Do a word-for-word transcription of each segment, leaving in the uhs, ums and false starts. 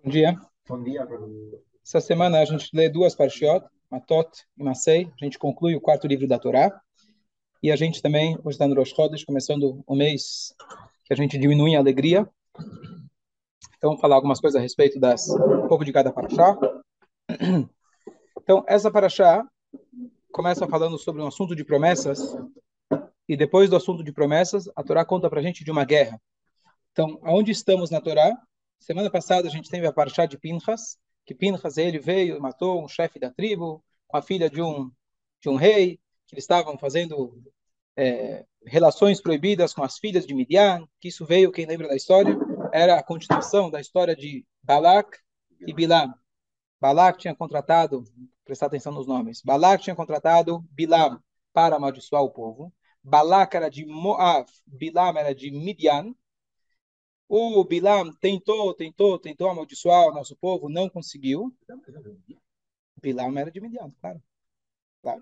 Bom dia. Bom dia. Essa semana a gente lê duas parshiot, Matot e Masei. A gente conclui o quarto livro da Torá. E a gente também, hoje está no Rosh Chodesh, começando o mês que a gente diminui a alegria. Então, vamos falar algumas coisas a respeito das, um pouco de cada parashá. Então, essa parashá começa falando sobre um assunto de promessas. E depois do assunto de promessas, a Torá conta para a gente de uma guerra. Então, aonde estamos na Torá? Semana passada a gente teve a parashá de Pinchas, que Pinchas ele veio e matou um chefe da tribo com a filha de um de um rei, que eles estavam fazendo é, relações proibidas com as filhas de Midian, que isso veio, quem lembra da história, era a continuação da história de Balak e Bilam. Balak tinha contratado, prestar atenção nos nomes, Balak tinha contratado Bilam para amaldiçoar o povo. Balak era de Moab, Bilam era de Midian. O Bilam tentou, tentou, tentou amaldiçoar o nosso povo, não conseguiu. Bilam era de Midian, claro, claro.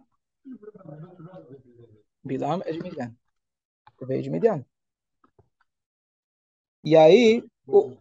Bilam é de Midian. Veio de Midian. E aí, o...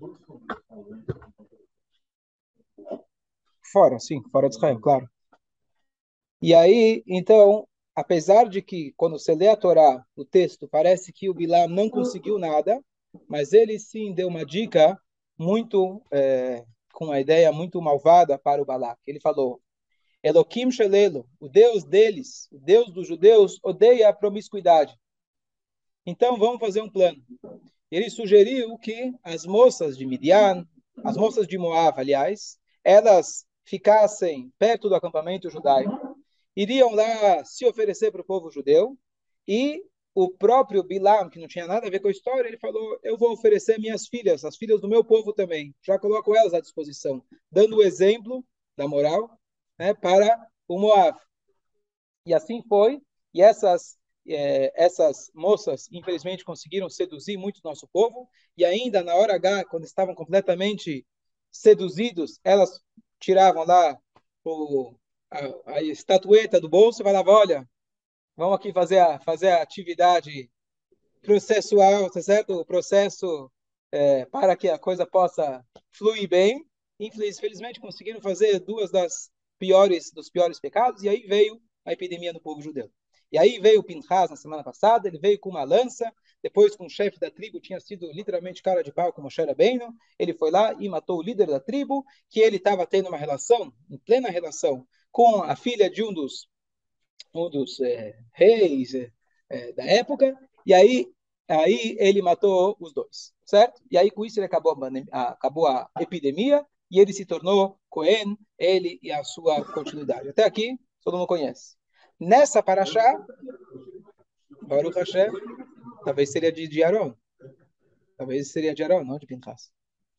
fora, sim, fora de Israel, claro. E aí, então, apesar de que, quando você lê a Torá, o texto, parece que o Bilam não conseguiu nada, mas ele sim deu uma dica muito, é, com uma ideia muito malvada para o Balak. Ele falou, Eloquim Shelelo, o Deus deles, o Deus dos judeus, odeia a promiscuidade. Então, vamos fazer um plano. Ele sugeriu que as moças de Midian, as moças de Moab, aliás, elas ficassem perto do acampamento judaico, iriam lá se oferecer para o povo judeu, e o próprio Bilam, que não tinha nada a ver com a história, ele falou, eu vou oferecer minhas filhas, as filhas do meu povo também, já coloco elas à disposição, dando o exemplo da moral, né, para o Moab. E assim foi, e essas é, essas moças, infelizmente, conseguiram seduzir muito o nosso povo, e ainda na hora H, quando estavam completamente seduzidos, elas tiravam lá o, a, a estatueta do bolso e falavam, olha, vamos aqui fazer a, fazer a atividade processual, tá certo? O processo é, para que a coisa possa fluir bem. Infelizmente, conseguiram fazer duas das piores dos piores pecados, e aí veio a epidemia no povo judeu. E aí veio o Pinchas na semana passada, ele veio com uma lança, depois com o chefe da tribo, tinha sido literalmente cara de pau com Moshe Rabbeinu, ele foi lá e matou o líder da tribo, que ele estava tendo uma relação, em plena relação, com a filha de um dos, um dos é, reis é, é, da época, e aí, aí ele matou os dois, certo? E aí com isso ele acabou a, acabou a epidemia, e ele se tornou Cohen, ele e a sua continuidade. Até aqui, todo mundo conhece. Nessa paraxá, Baruch Hashem, talvez seria de, de Aaron. Talvez seria de Aaron, não de Pinchas.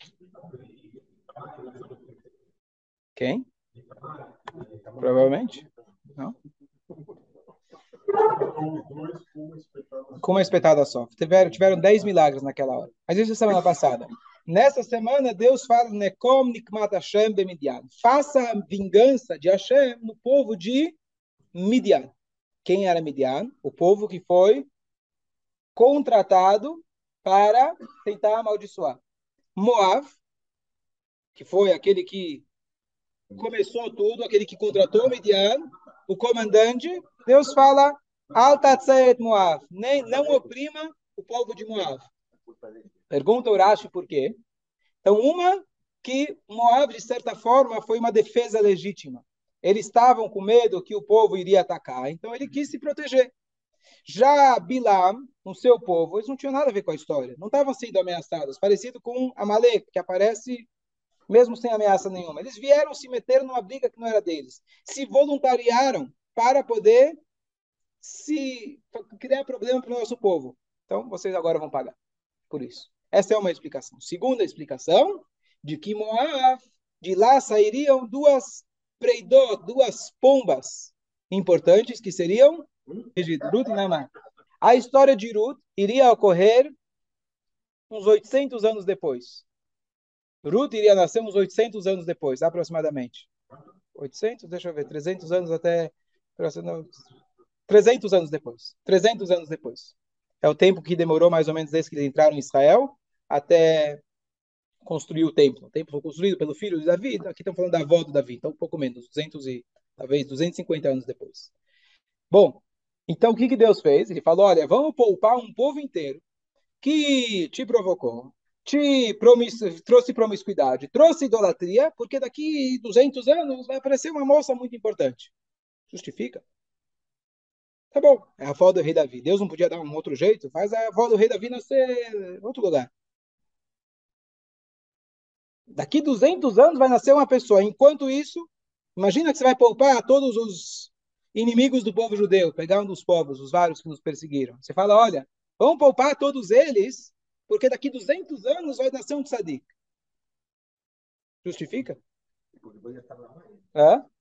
Quem? Provavelmente. Não? Com uma espetada só. Tiveram, tiveram dez milagres naquela hora. Mas isso é semana passada. Nessa semana, Deus fala, Nekom nikmat Hashem bemidian. Faça a vingança de Hashem no povo de Midian. Quem era Midian? O povo que foi contratado para tentar amaldiçoar. Moab, que foi aquele que começou tudo, aquele que contratou Midian, o comandante, Deus fala, Altatzeret Moab, nem, não oprima o povo de Moab. Pergunta Urashi por quê? Então, uma, que Moab, de certa forma, foi uma defesa legítima. Eles estavam com medo que o povo iria atacar, então ele quis se proteger. Já Bilam, com seu povo, eles não tinham nada a ver com a história, não estavam sendo ameaçados, parecido com Amalek, que aparece mesmo sem ameaça nenhuma. Eles vieram se meter numa briga que não era deles. Se voluntariaram para poder se criar problema para o nosso povo. Então, vocês agora vão pagar por isso. Essa é uma explicação. Segunda explicação, de que Moab, de lá sairiam duas preidot, duas pombas importantes, que seriam Ruth e Naamã. A história de Ruth iria ocorrer uns oitocentos anos depois. Ruth iria nascer uns oitocentos anos depois, aproximadamente. oitocentos? Deixa eu ver, trezentos anos até... trezentos anos depois. trezentos anos depois. É o tempo que demorou mais ou menos desde que eles entraram em Israel até construiu o templo. O templo foi construído pelo filho de Davi, aqui estamos falando da avó do Davi, então um pouco menos, duzentos e, talvez duzentos e cinquenta anos depois. Bom, então o que, que Deus fez? Ele falou, olha, vamos poupar um povo inteiro que te provocou, te promis, trouxe promiscuidade, trouxe idolatria, porque daqui duzentos anos vai aparecer uma moça muito importante. Justifica? Tá bom, é a avó do rei Davi. Deus não podia dar um outro jeito? Faz a avó do rei Davi nascer em outro lugar. Daqui duzentos anos vai nascer uma pessoa. Enquanto isso, imagina que você vai poupar todos os inimigos do povo judeu, pegar um dos povos, os vários que nos perseguiram. Você fala, olha, vamos poupar todos eles, porque daqui duzentos anos vai nascer um tzadik. Justifica? Hã?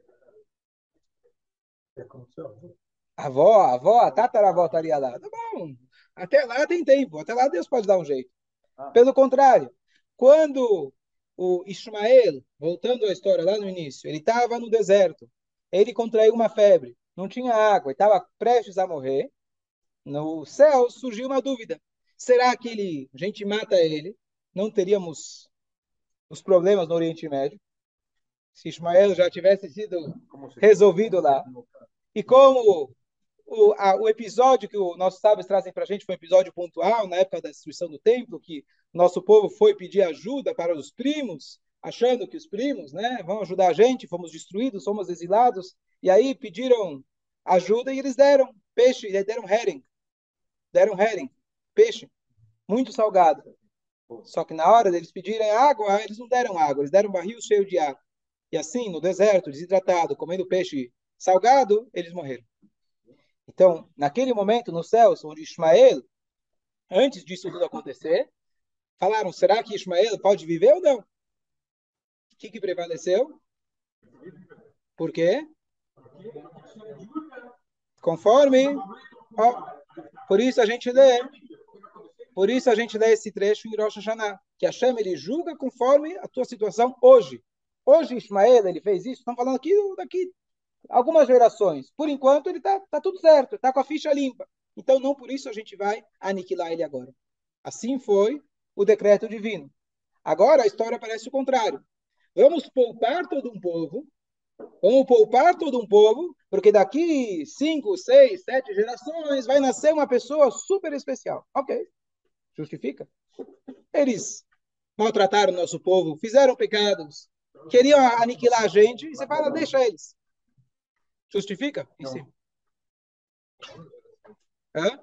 A avó, a avó, a tataravó estaria lá. Tá bom. Até lá tem tempo. Até lá Deus pode dar um jeito. Pelo contrário, quando o Ismael, voltando à história lá no início, ele estava no deserto, ele contraiu uma febre, não tinha água, estava prestes a morrer, no céu surgiu uma dúvida. Será que ele, a gente mata ele? Não teríamos os problemas no Oriente Médio? Se Ismael já tivesse sido resolvido lá. E como o, a, o episódio que os nossos sábios trazem para a gente foi um episódio pontual, na época da destruição do templo, que nosso povo foi pedir ajuda para os primos, achando que os primos, né, vão ajudar a gente, fomos destruídos, fomos exilados, e aí pediram ajuda e eles deram peixe, eles deram herring, deram herring, peixe, muito salgado. Só que na hora deles pedirem água, eles não deram água, eles deram um barril cheio de água. E assim, no deserto, desidratado, comendo peixe salgado, eles morreram. Então, naquele momento, nos céus, onde Ismael, antes disso tudo acontecer, falaram, será que Ismael pode viver ou não? O que, que prevaleceu? Por quê? Conforme... Ó, por isso a gente lê, por isso a gente lê esse trecho em Rosh Hashanah, que Hashem, ele julga conforme a tua situação hoje. Hoje Ismael, ele fez isso, estão falando aqui daqui algumas gerações. Por enquanto, ele está tá tudo certo, está com a ficha limpa. Então, não por isso a gente vai aniquilar ele agora. Assim foi o decreto divino. Agora, a história parece o contrário. Vamos poupar todo um povo, vamos poupar todo um povo, porque daqui cinco, seis, sete gerações vai nascer uma pessoa super especial. Ok, justifica. Eles maltrataram o nosso povo, fizeram pecados, queriam aniquilar a gente, e você fala, deixa eles. Justifica? Em si. Hã?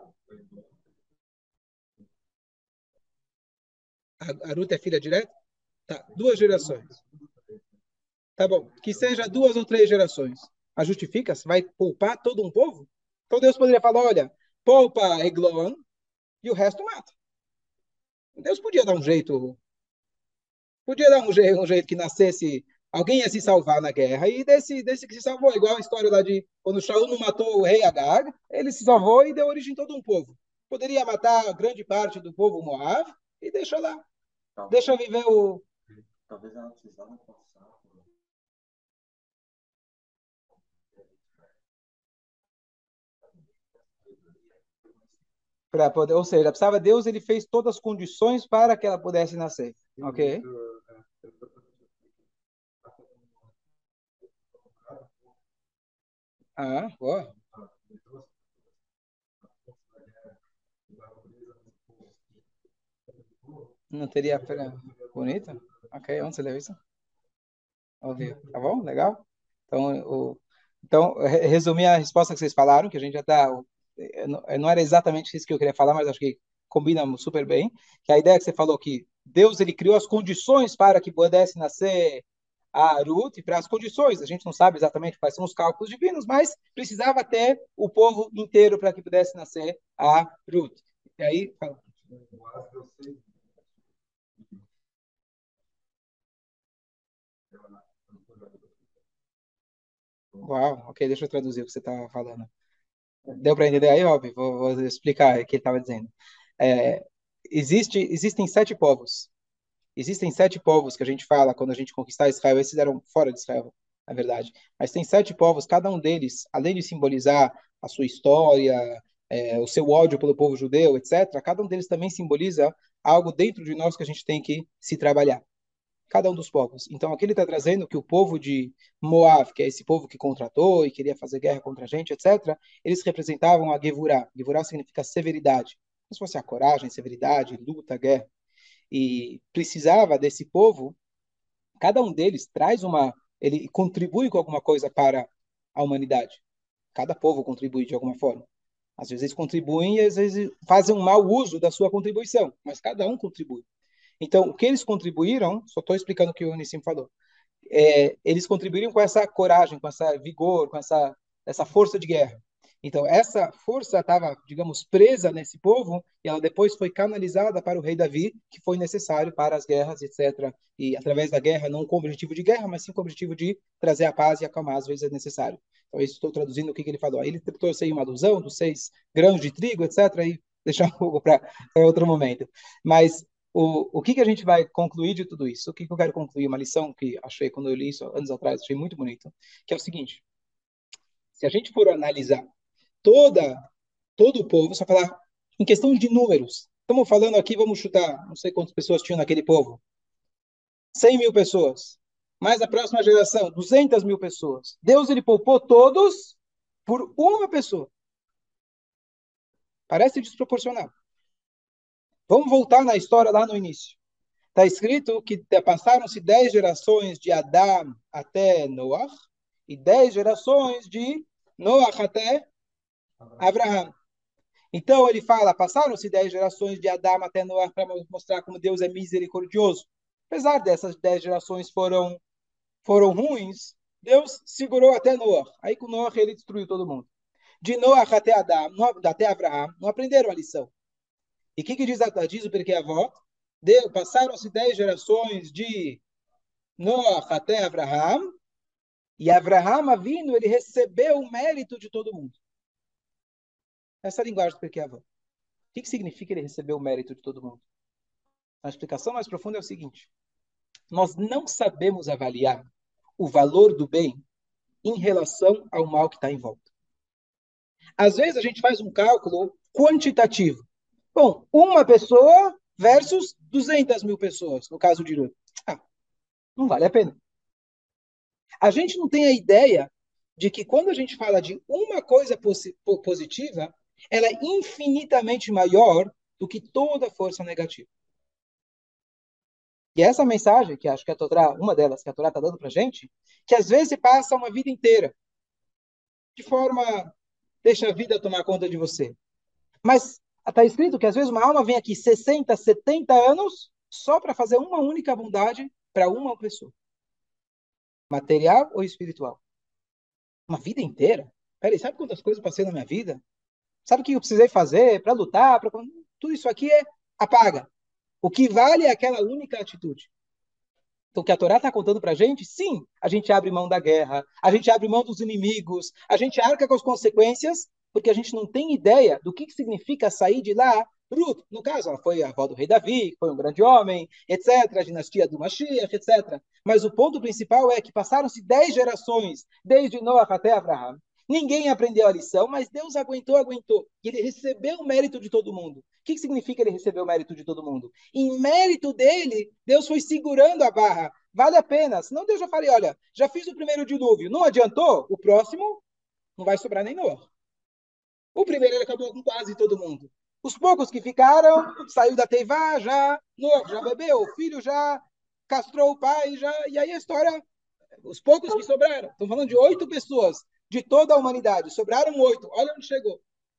A Ruth é filha direta? Tá, duas gerações. Tá bom, que seja duas ou três gerações. A justifica? Você vai poupar todo um povo? Então Deus poderia falar, olha, poupa Egloan e o resto mata. Deus podia dar um jeito, podia dar um jeito, um jeito que nascesse, alguém ia se salvar na guerra, e desse, desse que se salvou, igual a história lá de quando Shaul não matou o rei Agag, ele se salvou e deu origem a todo um povo. Poderia matar grande parte do povo Moab e deixa lá. Deixa viver o, talvez ela precisava passar. Para poder, ou seja, precisava Deus, ele fez todas as condições para que ela pudesse nascer. Ok? Ah, boa. Não teria bonita? Ok, onde você leu isso? Ouviu. Tá bom? Legal? Então, o, então, resumir a resposta que vocês falaram, que a gente já está. Não era exatamente isso que eu queria falar, mas acho que combina super bem. Que a ideia que você falou que Deus ele criou as condições para que pudesse nascer a Ruth, e para as condições. A gente não sabe exatamente quais são os cálculos divinos, mas precisava ter o povo inteiro para que pudesse nascer a Ruth. E aí, fala. Uau, ok, deixa eu traduzir o que você estava falando. Deu para entender aí, Rob? Vou, vou explicar o que ele estava dizendo. É, existe, existem sete povos. Existem sete povos que a gente fala quando a gente conquistar Israel. Esses eram fora de Israel, na verdade. Mas tem sete povos, cada um deles, além de simbolizar a sua história, é, o seu ódio pelo povo judeu, etcétera, cada um deles também simboliza algo dentro de nós que a gente tem que se trabalhar. Cada um dos povos. Então, aqui ele está trazendo que o povo de Moab, que é esse povo que contratou e queria fazer guerra contra a gente, etcétera, eles representavam a Gevurah. Gevurah significa severidade. Como se fosse a coragem, severidade, luta, guerra. E precisava desse povo, cada um deles traz uma, ele contribui com alguma coisa para a humanidade. Cada povo contribui de alguma forma. Às vezes eles contribuem e às vezes fazem um mau uso da sua contribuição, mas cada um contribui. Então, o que eles contribuíram, só estou explicando o que o Nissim falou, é, eles contribuíram com essa coragem, com essa vigor, com essa, essa força de guerra. Então, essa força estava, digamos, presa nesse povo e ela depois foi canalizada para o rei Davi, que foi necessário para as guerras, etcétera. E através da guerra, não com o objetivo de guerra, mas sim com o objetivo de trazer a paz e acalmar, às vezes é necessário. Então, isso estou traduzindo o que, que ele falou. Aí ele trouxe aí uma alusão dos seis grãos de trigo, etcétera. E deixar um pouco para outro momento. Mas o, o que, que a gente vai concluir de tudo isso? O que, que eu quero concluir? Uma lição que achei quando eu li isso anos atrás, achei muito bonito, que é o seguinte: se a gente for analisar toda, todo o povo, só falar em questão de números, estamos falando aqui, vamos chutar, não sei quantas pessoas tinham naquele povo, cem mil pessoas, mais a próxima geração, duzentas mil pessoas. Deus, ele poupou todos por uma pessoa. Parece desproporcional. Vamos voltar na história lá no início. Está escrito que passaram-se dez gerações de Adão até Noach e dez gerações de Noach até Abraão. Então ele fala, passaram-se dez gerações de Adão até Noach para mostrar como Deus é misericordioso. Apesar dessas dez gerações foram, foram ruins, Deus segurou até Noach. Aí com Noach ele destruiu todo mundo. De Noach até Adão, até Abraão, não aprenderam a lição. E o que, que diz, diz o Perkei Avot? Passaram-se dez gerações de Noach até Abraham, e Abraham, vindo, ele recebeu o mérito de todo mundo. Essa é a linguagem do Perkei Avot. O que, que significa ele receber o mérito de todo mundo? A explicação mais profunda é o seguinte: nós não sabemos avaliar o valor do bem em relação ao mal que está em volta. Às vezes a gente faz um cálculo quantitativo. Bom, uma pessoa versus duzentas mil pessoas, no caso de Ruth. Ah, não vale a pena. A gente não tem a ideia de que quando a gente fala de uma coisa positiva, ela é infinitamente maior do que toda força negativa. E essa mensagem, que acho que a Torá, uma delas que a Torá está dando para a gente, que às vezes você passa uma vida inteira de forma, deixa a vida tomar conta de você. Mas está escrito que às vezes uma alma vem aqui sessenta, setenta anos só para fazer uma única bondade para uma pessoa. Material ou espiritual? Uma vida inteira? Peraí, sabe quantas coisas eu passei na minha vida? Sabe o que eu precisei fazer para lutar? Pra... Tudo isso aqui é apaga. O que vale é aquela única atitude. Então, o que a Torá está contando para a gente, sim, a gente abre mão da guerra, a gente abre mão dos inimigos, a gente arca com as consequências, porque a gente não tem ideia do que, que significa sair de lá. Ruth, no caso, ela foi a avó do rei Davi, foi um grande homem, etcétera, a dinastia do Mashiach, etcétera. Mas o ponto principal é que passaram-se dez gerações, desde Noah até Abraham. Ninguém aprendeu a lição, mas Deus aguentou, aguentou. E ele recebeu o mérito de todo mundo. O que, que significa ele receber o mérito de todo mundo? Em mérito dele, Deus foi segurando a barra. Vale a pena. Senão Deus já falei, olha, já fiz o primeiro dilúvio. Não adiantou? O próximo não vai sobrar nem Noah. O primeiro ele acabou com quase todo mundo. Os poucos que ficaram, saiu da Teivá, já, Noah já bebeu, o filho já castrou o pai, já, e aí a história, os poucos que sobraram, estão falando de oito pessoas de toda a humanidade, sobraram oito, olha onde chegou.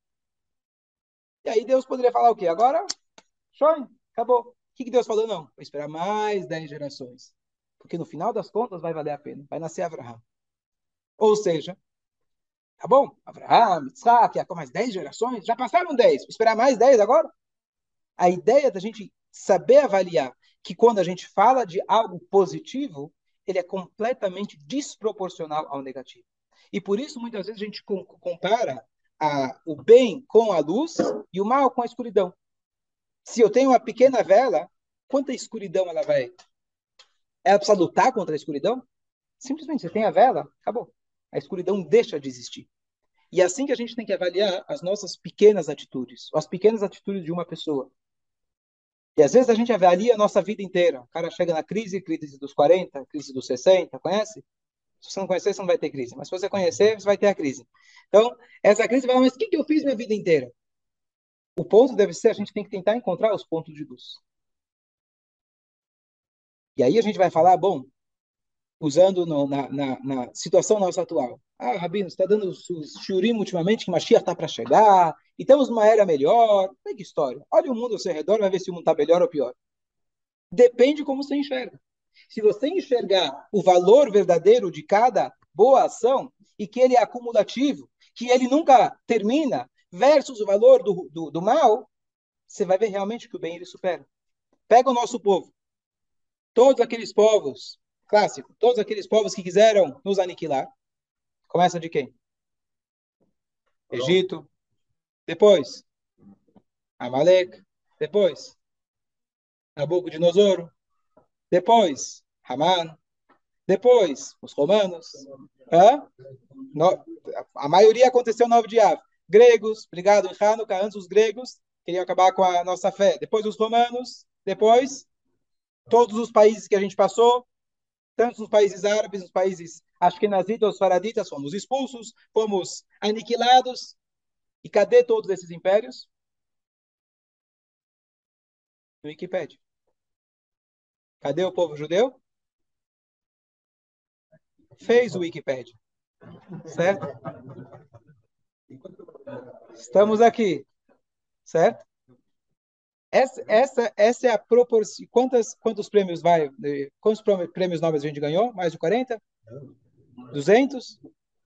E aí Deus poderia falar o quê? Agora, show, acabou. O que, que Deus falou? Não, vai esperar mais dez gerações. Porque no final das contas vai valer a pena, vai nascer Abraão. Ou seja, tá bom, Abraão, Isaac, Jacó, mais dez gerações, já passaram dez, esperar mais dez agora? A ideia da gente saber avaliar que quando a gente fala de algo positivo, ele é completamente desproporcional ao negativo. E por isso, muitas vezes, a gente compara a, o bem com a luz e o mal com a escuridão. Se eu tenho uma pequena vela, quanta escuridão ela vai? Ela precisa lutar contra a escuridão? Simplesmente, você tem a vela, acabou. A escuridão deixa de existir. E é assim que a gente tem que avaliar as nossas pequenas atitudes, as pequenas atitudes de uma pessoa. E às vezes a gente avalia a nossa vida inteira. O cara chega na crise, crise dos quarenta, crise dos sessenta, conhece? Se você não conhecer, você não vai ter crise. Mas se você conhecer, você vai ter a crise. Então, essa crise vai falar, mas o que que eu fiz minha vida inteira? O ponto deve ser, a gente tem que tentar encontrar os pontos de luz. E aí a gente vai falar, bom, usando no, na, na, na, situação nossa atual. Ah, Rabino, você está dando os, os shiurim ultimamente que Mashiach está para chegar, e estamos numa era melhor. É que história. Olha o mundo ao seu redor, vai ver se o mundo está melhor ou pior. Depende de como você enxerga. Se você enxergar o valor verdadeiro de cada boa ação, e que ele é acumulativo, que ele nunca termina, versus o valor do, do, do mal, você vai ver realmente que o bem ele supera. Pega o nosso povo. Todos aqueles povos, clássico, todos aqueles povos que quiseram nos aniquilar, começa de quem? Egito, depois Amalek, depois Nabucodonosor, depois Haman, depois os romanos. Hã? No, a maioria aconteceu no nove de Av. Gregos, obrigado, em Hanukkah, antes os gregos queriam acabar com a nossa fé. Depois os romanos, depois todos os países que a gente passou, tanto nos países árabes, nos países ashkenazitas, faraditas, fomos expulsos, fomos aniquilados. E cadê todos esses impérios? No Wikipedia. Cadê o povo judeu? Fez o Wikipedia. Certo? Estamos aqui. Certo? Essa, essa, essa é a proporção. Quantas, quantos prêmios vai? Quantos prêmios Nobel a gente ganhou? Mais de quarenta? duzentos?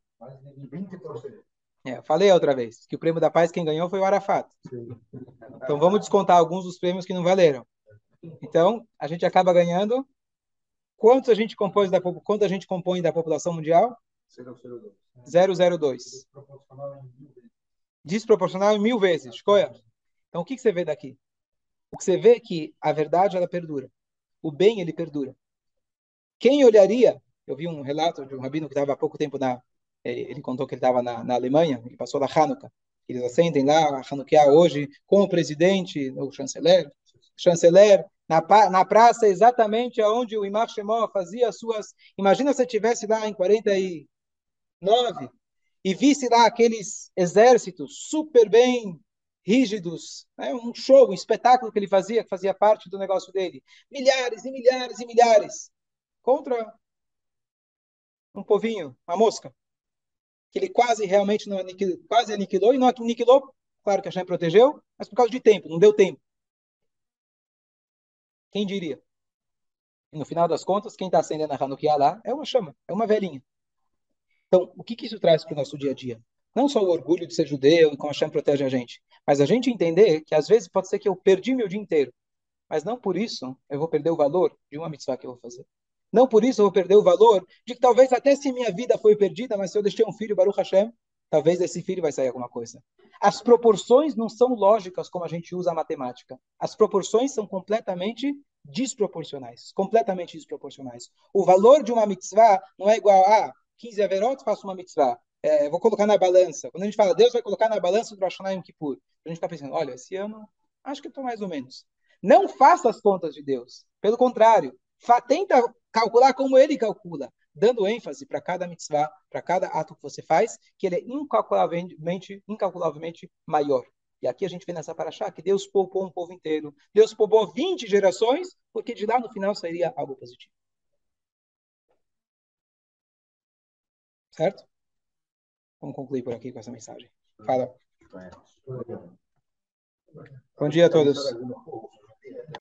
É, falei outra vez que o prêmio da paz quem ganhou foi o Arafat. Então vamos descontar alguns dos prêmios que não valeram. Então a gente acaba ganhando. Quantos a gente compõe da quanto a gente compõe da população mundial? zero vírgula zero dois. Desproporcional em mil vezes. Escolha. Então o que, que você vê daqui? O que você vê é que a verdade ela perdura. O bem ele perdura. Quem olharia? Eu vi um relato de um rabino que estava há pouco tempo na. Ele contou que ele estava na, na Alemanha, ele passou lá Hanukkah. Eles acendem lá a Hanukkah hoje com o presidente, o chanceler, chanceler na, na praça exatamente aonde o Imar Shemó fazia as suas. Imagina se estivesse lá em quarenta e nove e visse lá aqueles exércitos super bem rígidos, né? Um show, um espetáculo que ele fazia, que fazia parte do negócio dele. Milhares e milhares e milhares contra um povinho, uma mosca, que ele quase realmente não aniquilou, quase aniquilou, e não aniquilou, claro que a Hashem protegeu, mas por causa de tempo, não deu tempo. Quem diria? E no final das contas, quem está acendendo a Hanukkah lá é uma chama, é uma velhinha. Então, o que, que isso traz para o nosso dia a dia? Não só o orgulho de ser judeu e como a Hashem protege a gente, mas a gente entender que às vezes pode ser que eu perdi meu dia inteiro, mas não por isso eu vou perder o valor de uma mitzvah que eu vou fazer. Não por isso eu vou perder o valor de que talvez até se minha vida foi perdida, mas se eu deixei um filho, Baruch Hashem, talvez desse filho vai sair alguma coisa. As proporções não são lógicas como a gente usa a matemática. As proporções são completamente desproporcionais. Completamente desproporcionais. O valor de uma mitzvah não é igual a quinze averot, faço uma mitzvah. É, vou colocar na balança. Quando a gente fala, Deus vai colocar na balança do Rosh Hashanah e Yom Kippur, a gente fica pensando, olha, esse ano, acho que estou mais ou menos. Não faça as contas de Deus. Pelo contrário, tenta calcular como ele calcula, dando ênfase para cada mitzvah, para cada ato que você faz, que ele é incalculavelmente, incalculavelmente maior. E aqui a gente vê nessa paraxá que Deus poupou um povo inteiro. Deus poupou vinte gerações, porque de lá no final sairia algo positivo. Certo? Vamos concluir por aqui com essa mensagem. Fala. Bom dia a todos.